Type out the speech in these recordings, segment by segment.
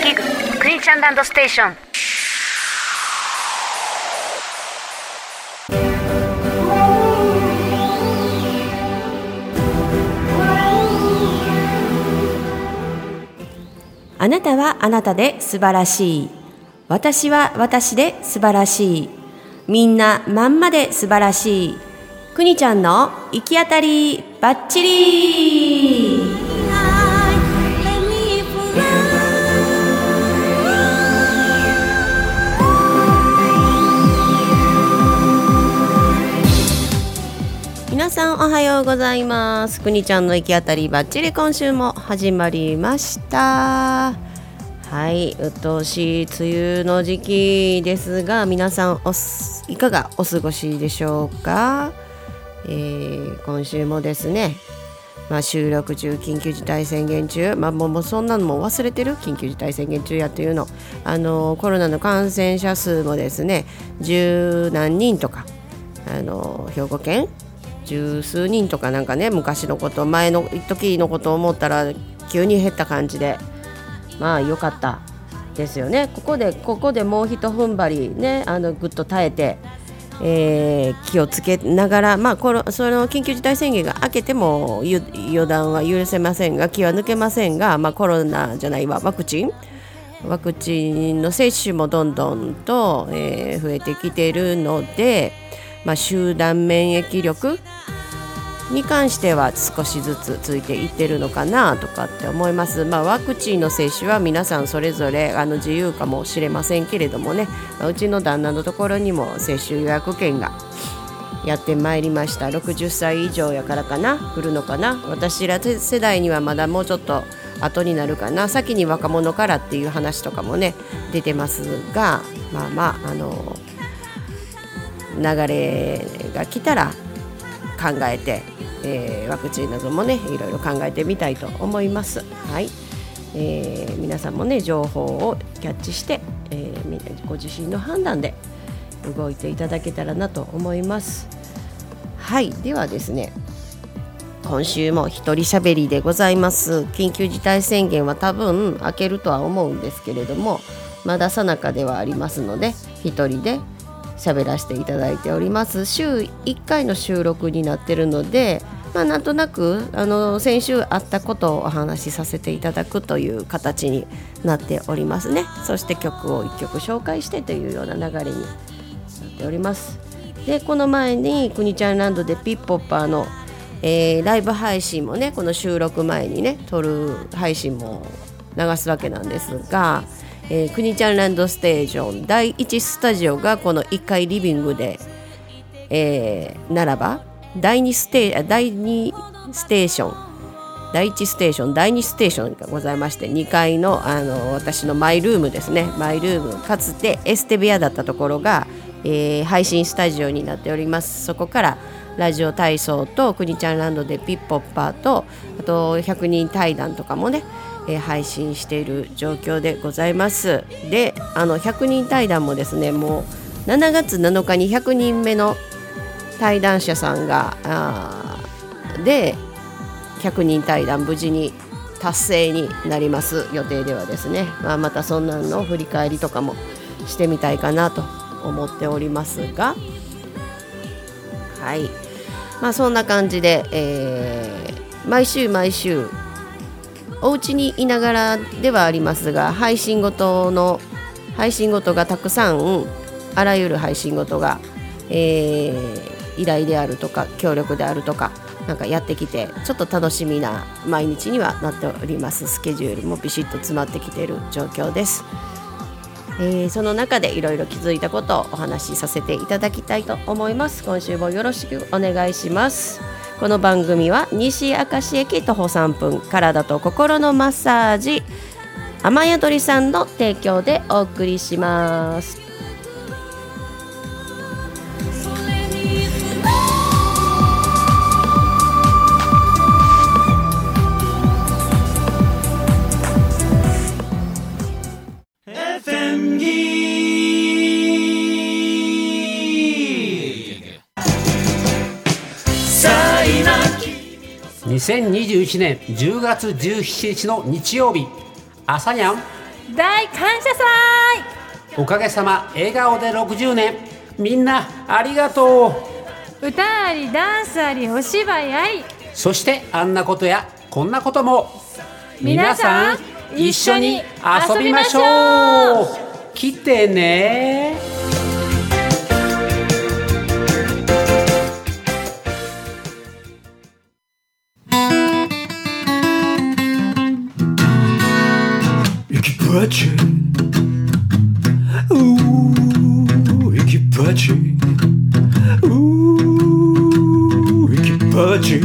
ギグクニちゃんランドステーション。 あなたはあなたで素晴らしい。私は私で素晴らしい。みんなまんまで素晴らしい。くにちゃんの行き当たりバッチリ。皆さんおはようございます。くにちゃんの行き当たりバッチリ、今週も始まりました。はい、うっとうしい梅雨の時期ですが、皆さんいかがお過ごしでしょうか。今週もですね、収録中、緊急事態宣言中、もうそんなのも忘れてる、緊急事態宣言中やというの、コロナの感染者数もですね、十何人とか、兵庫県十数人とかなんかね、昔のこと、前の時のことを思ったら急に減った感じで、良かったですよね。ここでもう一踏ん張りね、ぐっと耐えて、気をつけながら、その緊急事態宣言が明けても予断は許せませんが、気は抜けませんが、コロナじゃないわ、ワクチンの接種もどんどんと、増えてきているので、集団免疫力に関しては少しずつついていってるのかなとかって思います。ワクチンの接種は皆さんそれぞれ自由かもしれませんけれどもね、うちの旦那のところにも接種予約券がやってまいりました。60歳以上やからかな、来るのかな。私ら世代にはまだもうちょっと後になるかな。先に若者からっていう話とかもね出てますが、流れが来たら考えて、ワクチンなどもねいろいろ考えてみたいと思います。はい、皆さんもね情報をキャッチして、ご自身の判断で動いていただけたらなと思います。はい、ではですね、今週も一人喋りでございます。緊急事態宣言は多分明けるとは思うんですけれども、まだ最中ではありますので、一人で喋らせていただいております。週1回の収録になっているので、なんとなく先週あったことをお話しさせていただくという形になっておりますね。そして曲を1曲紹介してというような流れになっております。で、この前にくにちゃんランドでピッポッパーの、ライブ配信もね、この収録前にね撮る配信も流すわけなんですが、くにちゃんランドステーション第1スタジオがこの1階リビングで、ならば第1ステーションがございまして、2階の、私のマイルームですね。マイルーム、かつてエステ部屋だったところが、配信スタジオになっております。そこからラジオ体操とくにちゃんランドでピッポッパーと、あと100人対談とかもね、配信している状況でございます。で、100人対談もですね、もう7月7日に100人目の対談者さんがで100人対談無事に達成になります予定ではですね、またそんなの振り返りとかもしてみたいかなと思っておりますが、はい、そんな感じで、毎週お家にいながらではありますが、配信ごとがたくさん、あらゆる配信ごとが、依頼であるとか協力であるとかなんかやってきて、ちょっと楽しみな毎日にはなっております。スケジュールもビシッと詰まってきている状況です。その中でいろいろ気づいたことをお話しさせていただきたいと思います。今週もよろしくお願いします。この番組は西明石駅徒歩3分、体と心のマッサージ雨宿りさんの提供でお送りします。 2021年10月17日の日曜日、朝にゃん大感謝祭。 おかげさま笑顔で60年、みんなありがとう。歌ありダンスありお芝居あり、 そしてあんなことやこんなことも。 皆さん一緒に遊びましょう。 来てね。 Equipaje, equipaje, equipaje,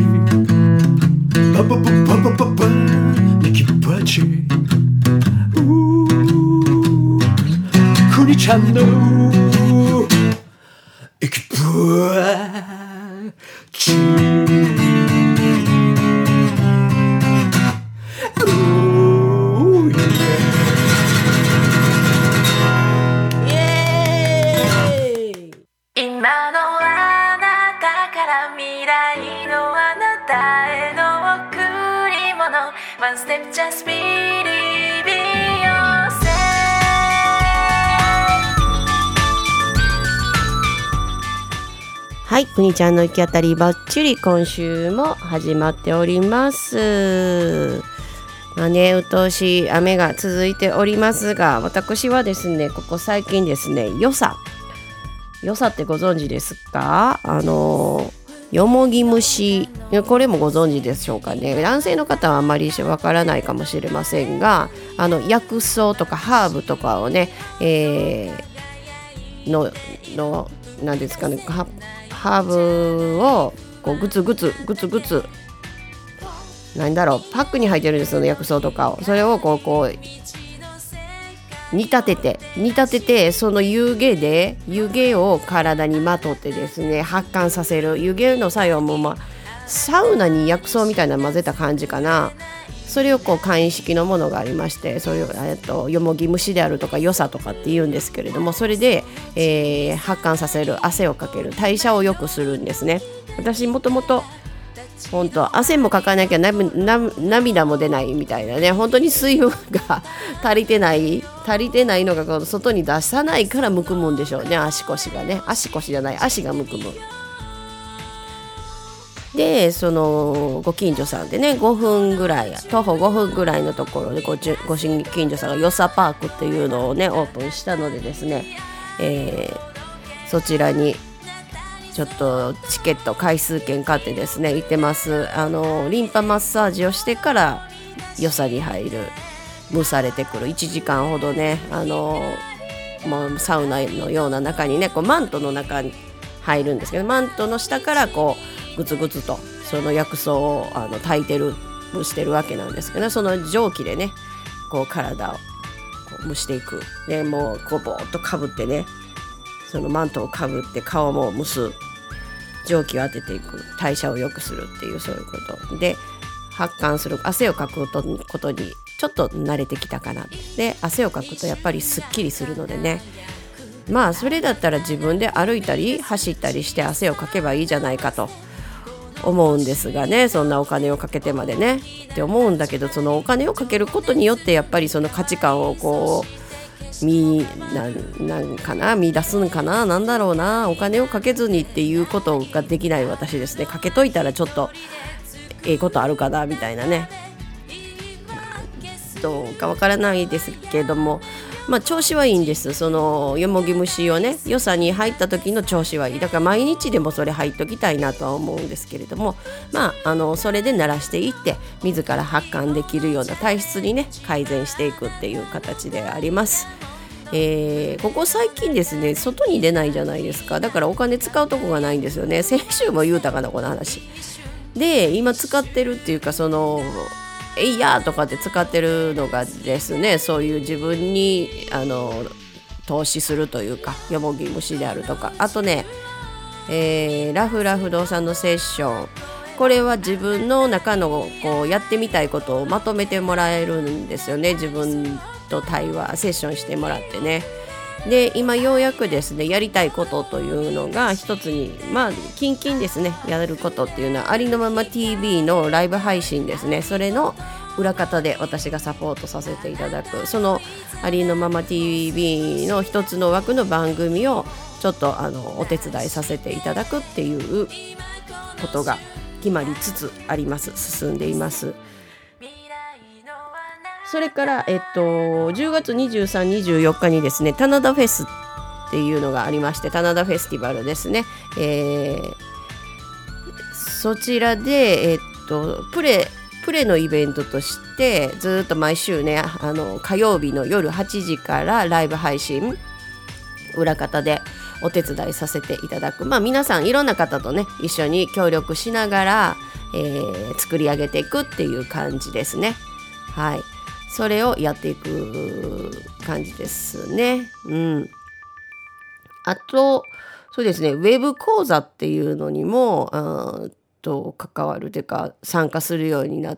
equipaje, くにちゃんのエキパチ。 今のあなたから未来のあなたへの贈り物 One step just believe in yourself。 はい、くにちゃんの行き当たりばっちり、今週も始まっております。まあね、鬱陶しい雨が続いておりますが、私はですね、ここ最近ですね、よさってご存知ですか？よもぎ虫、これもご存知でしょうかね。男性の方はあまりわからないかもしれませんが、薬草とかハーブとかをね、なんですかね、ハーブをこうグツグツなんだろう、パックに入ってるんですよ、薬草とかを。それをこう煮立てて、その湯気を体にまとってですね、発汗させる。湯気の作用も、サウナに薬草みたいなの混ぜた感じかな。それを簡易式のものがありまして、それをよもぎ虫であるとかよさとかって言うんですけれども、それで、発汗させる、汗をかける、代謝を良くするんですね。私もともと本当汗もかかなきゃ涙も出ないみたいなね、本当に水分が足りてないのが外に出さないからむくむんでしょうね。足がむくむ。で、そのご近所さんでね、徒歩5分ぐらいのところでご近所さんがよさパークっていうのをねオープンしたのでですね、そちらにちょっとチケット回数券買ってですね行ってます。リンパマッサージをしてからよさに入る、蒸されてくる1時間ほどね、サウナのような中にね、マントの中に入るんですけど、マントの下からグツグツとその薬草を炊いてる蒸してるわけなんですけど、その蒸気でね体を蒸していく。でもうボーっとかぶってね、そのマントをかぶって顔も蒸す、蒸気を当てていく、代謝を良くするっていう、そういうことで発汗する、汗をかくことにちょっと慣れてきたかな。で汗をかくとやっぱりすっきりするのでね、それだったら自分で歩いたり走ったりして汗をかけばいいじゃないかと思うんですがね、そんなお金をかけてまでねって思うんだけど、そのお金をかけることによってやっぱりその価値観を見出すんかな、なんだろうな、お金をかけずにっていうことができない私ですね。かけといたらちょっとことあるかなみたいなね、どうかわからないですけども、調子はいいんです。そのよもぎ虫をね、よさに入った時の調子はいい。だから毎日でもそれ入っときたいなとは思うんですけれども、それで慣らしていって自ら発汗できるような体質にね改善していくっていう形であります。ここ最近ですね、外に出ないじゃないですか。だからお金使うとこがないんですよね。先週も言うたかな、この話で。今使ってるっていうか、そのいやーとかって使ってるのがですね、そういう自分に投資するというか、よもぎ虫であるとか、あとね、ラフ不動産のセッション、これは自分の中のやってみたいことをまとめてもらえるんですよね。自分と対話セッションしてもらってね、 で今ようやくですねやりたいことというのが一つにキンキンですねやることっていうのはありのまま TV のライブ配信ですね。それの裏方で私がサポートさせていただくそのありのまま TV の一つの枠の番組をちょっとお手伝いさせていただくっていうことが決まりつつあります。進んでいます。それから、10月23、24日にですね棚田フェスっていうのがありまして、棚田フェスティバルですね、そちらで、プレのイベントとしてずっと毎週ね火曜日の夜8時からライブ配信裏方でお手伝いさせていただく、皆さんいろんな方とね一緒に協力しながら、作り上げていくっていう感じですね。はい、それをやっていく感じですね。あとそうですねウェブ講座っていうのにも関わるというか参加するようになって、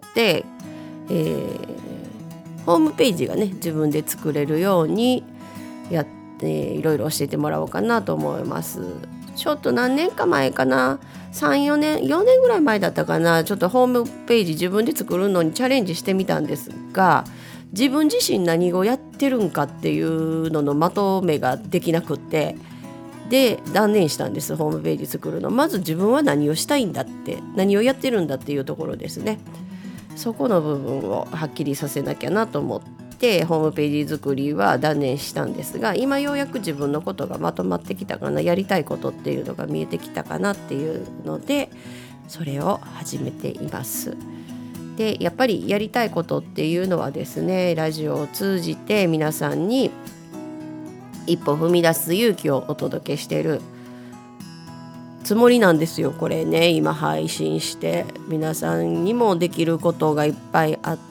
ホームページがね自分で作れるようにやっていろいろ教えてもらおうかなと思います。ちょっと何年か前かな4年ぐらい前だったかな、ちょっとホームページ自分で作るのにチャレンジしてみたんですが、自分自身何をやってるんかっていうののまとめができなくって、で断念したんです。ホームページ作るのまず自分は何をしたいんだって、何をやってるんだっていうところですね。そこの部分をはっきりさせなきゃなと思ってホームページ作りは断念したんですが、今ようやく自分のことがまとまってきたかな、やりたいことっていうのが見えてきたかなっていうのでそれを始めています。でやっぱりやりたいことっていうのはですね、ラジオを通じて皆さんに一歩踏み出す勇気をお届けしているつもりなんですよ。これね今配信して皆さんにもできることがいっぱいあって、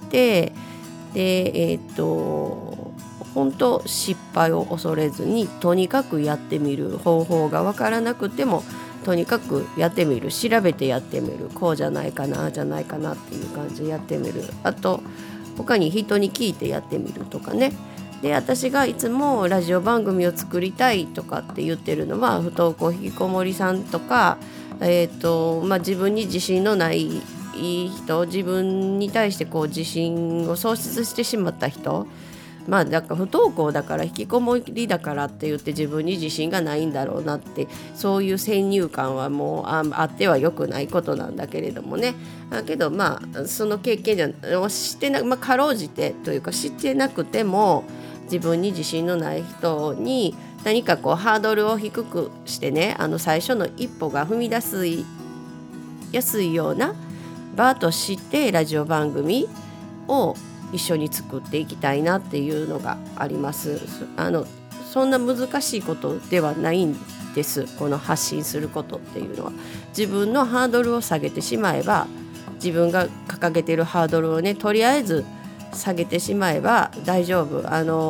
で本当失敗を恐れずにとにかくやってみる、方法がわからなくてもとにかくやってみる、調べてやってみる、こうじゃないかなじゃないかなっていう感じでやってみる、あと他に人に聞いてやってみるとかね。で私がいつもラジオ番組を作りたいとかって言ってるのは不登校引きこもりさんとか、自分に自信のない人、自分に対してこう自信を喪失してしまった人、だから不登校だから引きこもりだからって言って自分に自信がないんだろうなって、そういう先入観はもうあっては良くないことなんだけれどもね。だけどその経験してかろうじてというか知ってなくても自分に自信のない人に何かこうハードルを低くしてね、最初の一歩が踏み出すやすいような場としてラジオ番組を一緒に作っていきたいなっていうのがあります。そんな難しいことではないんです。この発信することっていうのは自分のハードルを下げてしまえば、自分が掲げているハードルをねとりあえず下げてしまえば大丈夫。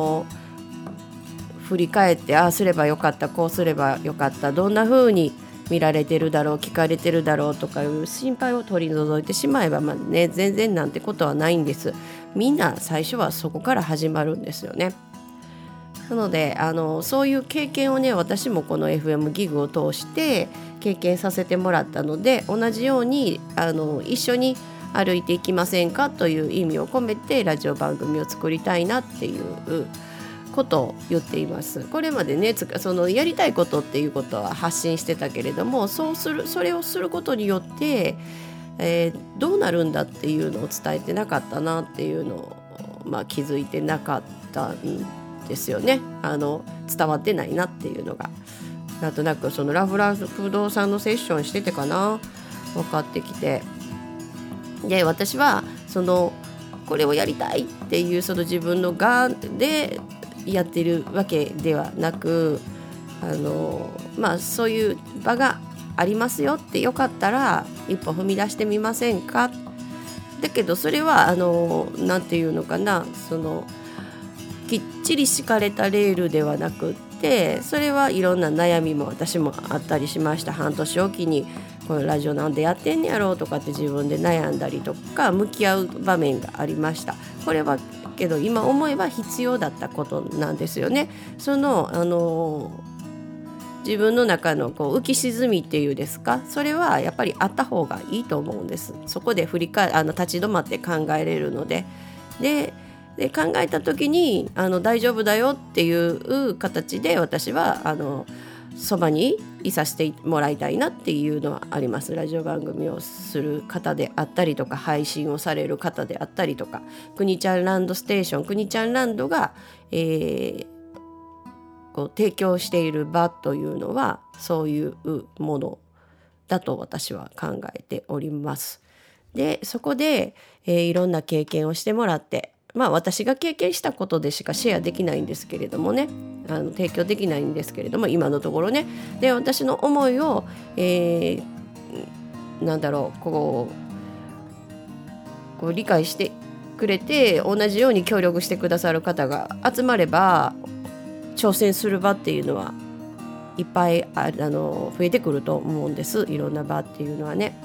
振り返ってああすればよかった、こうすればよかった、どんな風に見られてるだろう、聞かれてるだろうとかいう心配を取り除いてしまえば、全然なんてことはないんです。みんな最初はそこから始まるんですよね。なのでそういう経験をね私もこの FM ギグを通して経験させてもらったので、同じように一緒に歩いていきませんかという意味を込めてラジオ番組を作りたいなっていうことを言っています。これまでねそのやりたいことっていうことは発信してたけれども、それをすることによって、どうなるんだっていうのを伝えてなかったなっていうのを、気づいてなかったんですよね。伝わってないなっていうのがなんとなくそのラフ不動産のセッションしててかな分かってきて、で私はこれをやりたいっていうその自分のがでやってるわけではなく、そういう場がありますよって、よかったら一歩踏み出してみませんか。だけどそれはなんていうのかな、きっちり敷かれたレールではなくって、それはいろんな悩みも私もあったりしました。半年おきにこのラジオなんでやってんねやろうとかって自分で悩んだりとか向き合う場面がありました。これはけど今思えば必要だったことなんですよね。自分の中の浮き沈みっていうですか、それはやっぱりあった方がいいと思うんです。そこで立ち止まって考えれるので、で考えた時に大丈夫だよっていう形で私はそばにいさせてもらいたいなっていうのはあります。ラジオ番組をする方であったりとか、配信をされる方であったりとか、くにちゃんランドステーション、くにちゃんランドが、提供している場というのはそういうものだと私は考えております。でそこで、いろんな経験をしてもらって、私が経験したことでしかシェアできないんですけれどもね、提供できないんですけれども、今のところね。で私の思いを、理解してくれて同じように協力してくださる方が集まれば、挑戦する場っていうのはいっぱい増えてくると思うんです。いろんな場っていうのはね。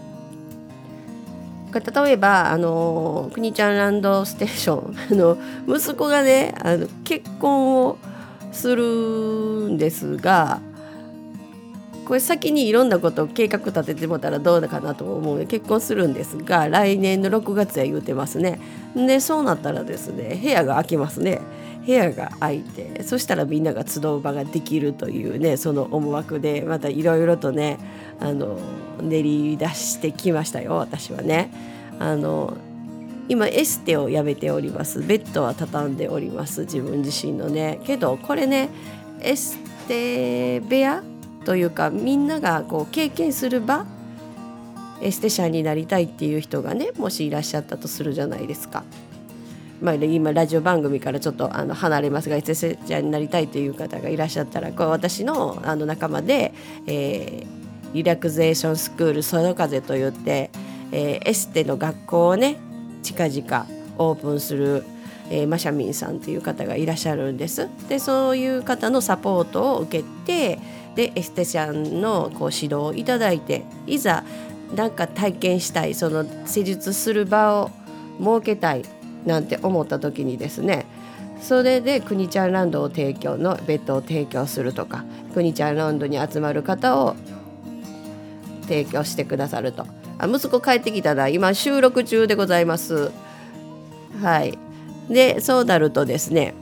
例えばくにちゃんランドステーション息子がね結婚をするんですが、これ先にいろんなことを計画立ててもらったらどうかなと思うので、結婚するんですが来年の6月や言うてますね。でそうなったらですね、部屋が空きますね。部屋が空いて、そしたらみんなが集う場ができるというね、その思惑でまたいろいろとね練り出してきましたよ。私はね今エステをやめております。ベッドは畳んでおります、自分自身のね。けどこれね、エステ部屋というか、みんなが経験する場、エステシャンになりたいっていう人がね、もしいらっしゃったとするじゃないですか。今ラジオ番組からちょっと離れますが、エステシャンになりたいという方がいらっしゃったら、私の仲間で、リラクゼーションスクールそよ風といって、エステの学校をね近々オープンする、マシャミンさんという方がいらっしゃるんです。でそういう方のサポートを受けて、でエステシャンの指導をいただいて、いざ体験したい、その施術する場を設けたいなんて思った時にですね、それでくにちゃんランドを提供のベッドを提供するとか、くにちゃんランドに集まる方を提供してくださると。息子帰ってきたら今収録中でございます。はい。でそうなるとですね、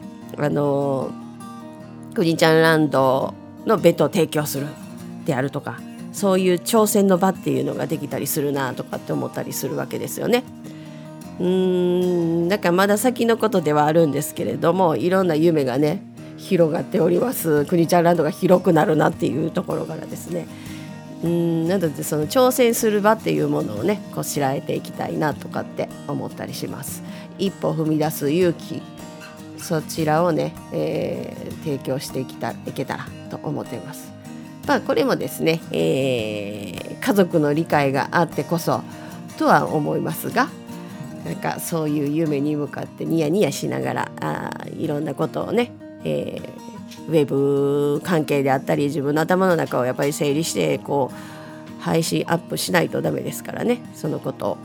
くにちゃんランドのベッドを提供するであるとか、そういう挑戦の場っていうのができたりするなとかって思ったりするわけですよね。だからまだ先のことではあるんですけれども、いろんな夢がね広がっております。くにちゃんランドが広くなるなっていうところからですね、なのでその挑戦する場っていうものをねこしらえていきたいなとかって思ったりします。一歩踏み出す勇気、そちらをね、提供していけたらと思っています。これもですね、家族の理解があってこそとは思いますが、そういう夢に向かってニヤニヤしながらいろんなことをね、ウェブ関係であったり、自分の頭の中をやっぱり整理して配信アップしないとダメですからね、そのことを、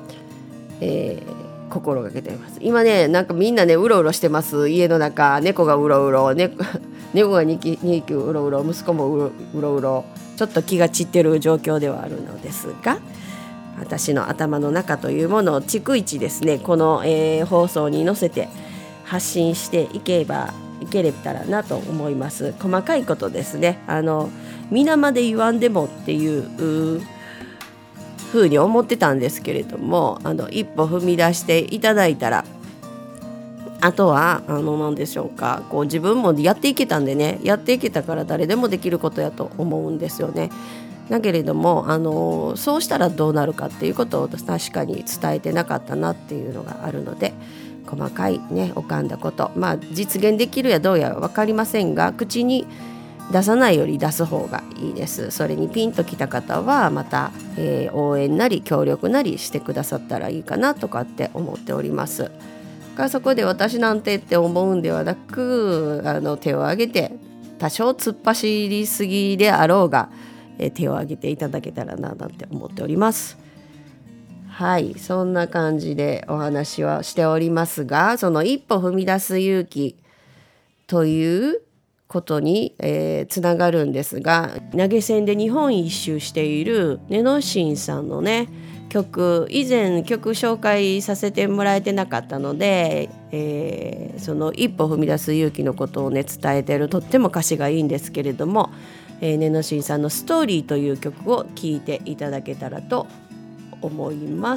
心がけています。今ねみんなねうろうろしてます。家の中、猫がうろうろ、猫が2匹うろうろ、息子もうろうろ、ちょっと気が散ってる状況ではあるのですが、私の頭の中というものを逐一ですね、この、放送に載せて発信していけれたらなと思います。細かいことですね、皆まで言わんでもっていうふうに思ってたんですけれども、一歩踏み出していただいたら、あとは何でしょうか、自分もやっていけたんでね、やっていけたから誰でもできることやと思うんですよね。だけれどもそうしたらどうなるかっていうことを確かに伝えてなかったなっていうのがあるので、細かいねおかんだこと、実現できるやどうや分かりませんが、口に出さないより出す方がいいです。それにピンときた方はまた、応援なり協力なりしてくださったらいいかなとかって思っております。そこで私なんてって思うんではなく、手を挙げて、多少突っ走りすぎであろうが、手を挙げていただけたらななんて思っております。 はい、そんな感じでお話はしておりますが、その一歩踏み出す勇気ということに、つながるんですが、投げ銭で日本一周しているネノシンさんのね曲、以前曲紹介させてもらえてなかったので、その一歩踏み出す勇気のことをね伝えてる、とっても歌詞がいいんですけれども、ネノシンさんのストーリーという曲を聴いていただけたらと思います。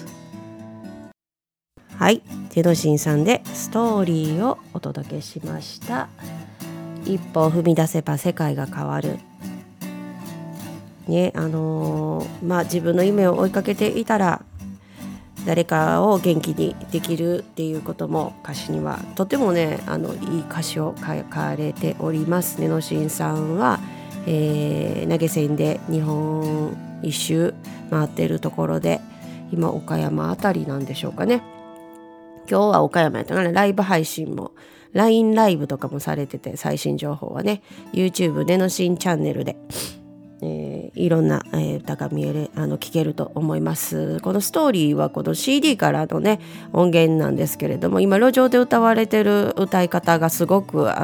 はい、ネノシンさんでストーリーをお届けしました。一歩踏み出せば世界が変わるね。自分の夢を追いかけていたら誰かを元気にできるっていうことも歌詞にはとてもねいい歌詞を書かれております。ネノシンさんは、投げ銭で日本一周回っているところで、今岡山あたりなんでしょうかね。今日は岡山やったかな。ライブ配信も LINE ライブとかもされてて、最新情報はね YouTube ネノシンチャンネルでいろんな歌が聴けると思います。このストーリーはこの CD からのね音源なんですけれども、今路上で歌われてる歌い方がすごく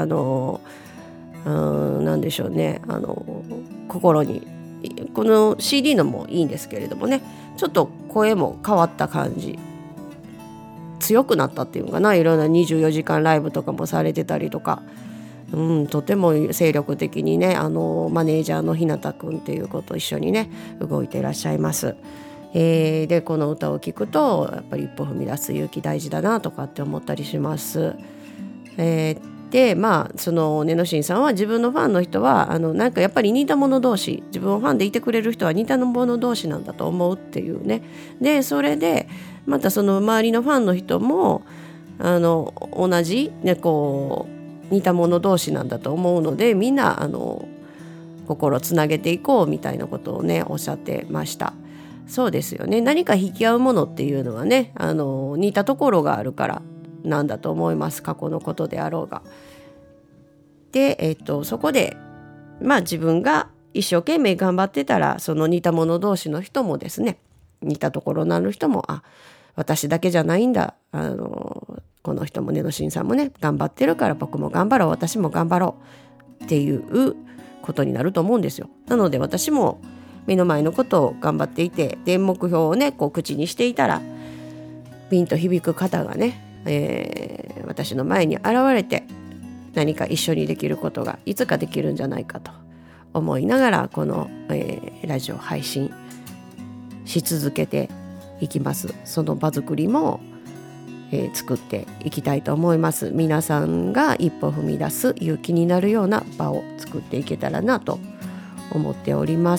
なんでしょうね、心に、この CD のもいいんですけれどもね、ちょっと声も変わった感じ、強くなったっていうのかな。いろんな24時間ライブとかもされてたりとか、とても精力的にねマネージャーの日向くんっていう子と一緒にね動いていらっしゃいます。でこの歌を聴くとやっぱり一歩踏み出す勇気大事だなとかって思ったりします。でそのネノシンさんは自分のファンの人はなんかやっぱり似た者同士、自分をファンでいてくれる人は似た者同士なんだと思うっていうね。でそれでまたその周りのファンの人も同じ、ね、こう似た者同士なんだと思うので、みんな心をつなげていこうみたいなことをねおっしゃってました。そうですよね。何か引き合うものっていうのはね似たところがあるからなんだと思います。過去のことであろうが。で、そこで自分が一生懸命頑張ってたら、その似た者同士の人もですね、似たところのある人も私だけじゃないんだ、この人もネノシンさんもね頑張ってるから僕も頑張ろう、私も頑張ろうっていうことになると思うんですよ。なので私も目の前のことを頑張っていて、で目標をねこう口にしていたらピンと響く方がね、私の前に現れて何か一緒にできることがいつかできるんじゃないかと思いながらこの、ラジオ配信し続けていきます。その場作りも、作っていきたいと思います。皆さんが一歩踏み出す勇気になるような場を作っていけたらなと思っております。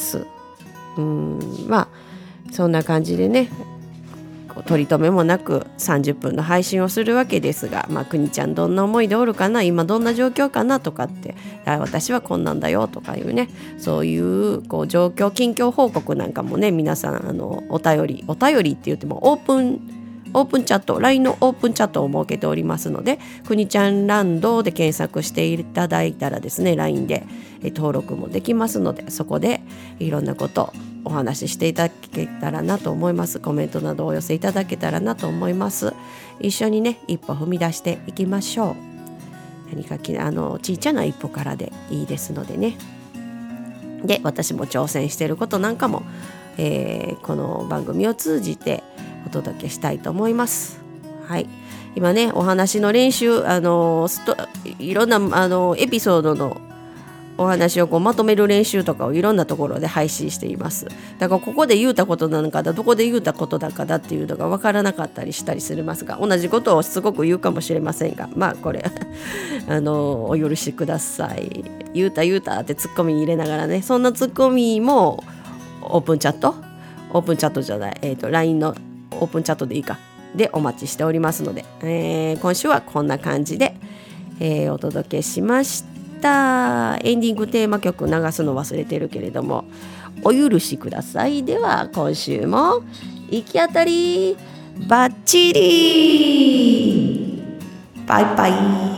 そんな感じでね取り留めもなく30分の配信をするわけですが、くにちゃんどんな思いでおるかな、今どんな状況かなとかって、私はこんなんだよとかいうね、そういう状況近況報告なんかもね皆さんお便りって言ってもオープンチャット、 LINE のオープンチャットを設けておりますので、くにちゃんランドで検索していただいたらですね LINE で登録もできますので、そこでいろんなことお話ししていただけたらなと思います。コメントなどをお寄せいただけたらなと思います。一緒にね一歩踏み出していきましょう。何か小さな一歩からでいいですのでね。で私も挑戦していることなんかも、この番組を通じてお届けしたいと思います。はい、今ねお話の練習いろんなエピソードのお話をまとめる練習とかをいろんなところで配信しています。だからここで言うたことなのかだ、どこで言うたことだかだっていうのが分からなかったりしたりしますが、同じことをすごく言うかもしれませんが、これお許しください。言うたってツッコミ入れながらね、そんなツッコミもオープンチャットじゃない、LINE のオープンチャットでいいかでお待ちしておりますので、今週はこんな感じで、お届けしました。エンディングテーマ曲流すの忘れてるけれどもお許しください。では今週も行き当たりバッチリ、バイバイ。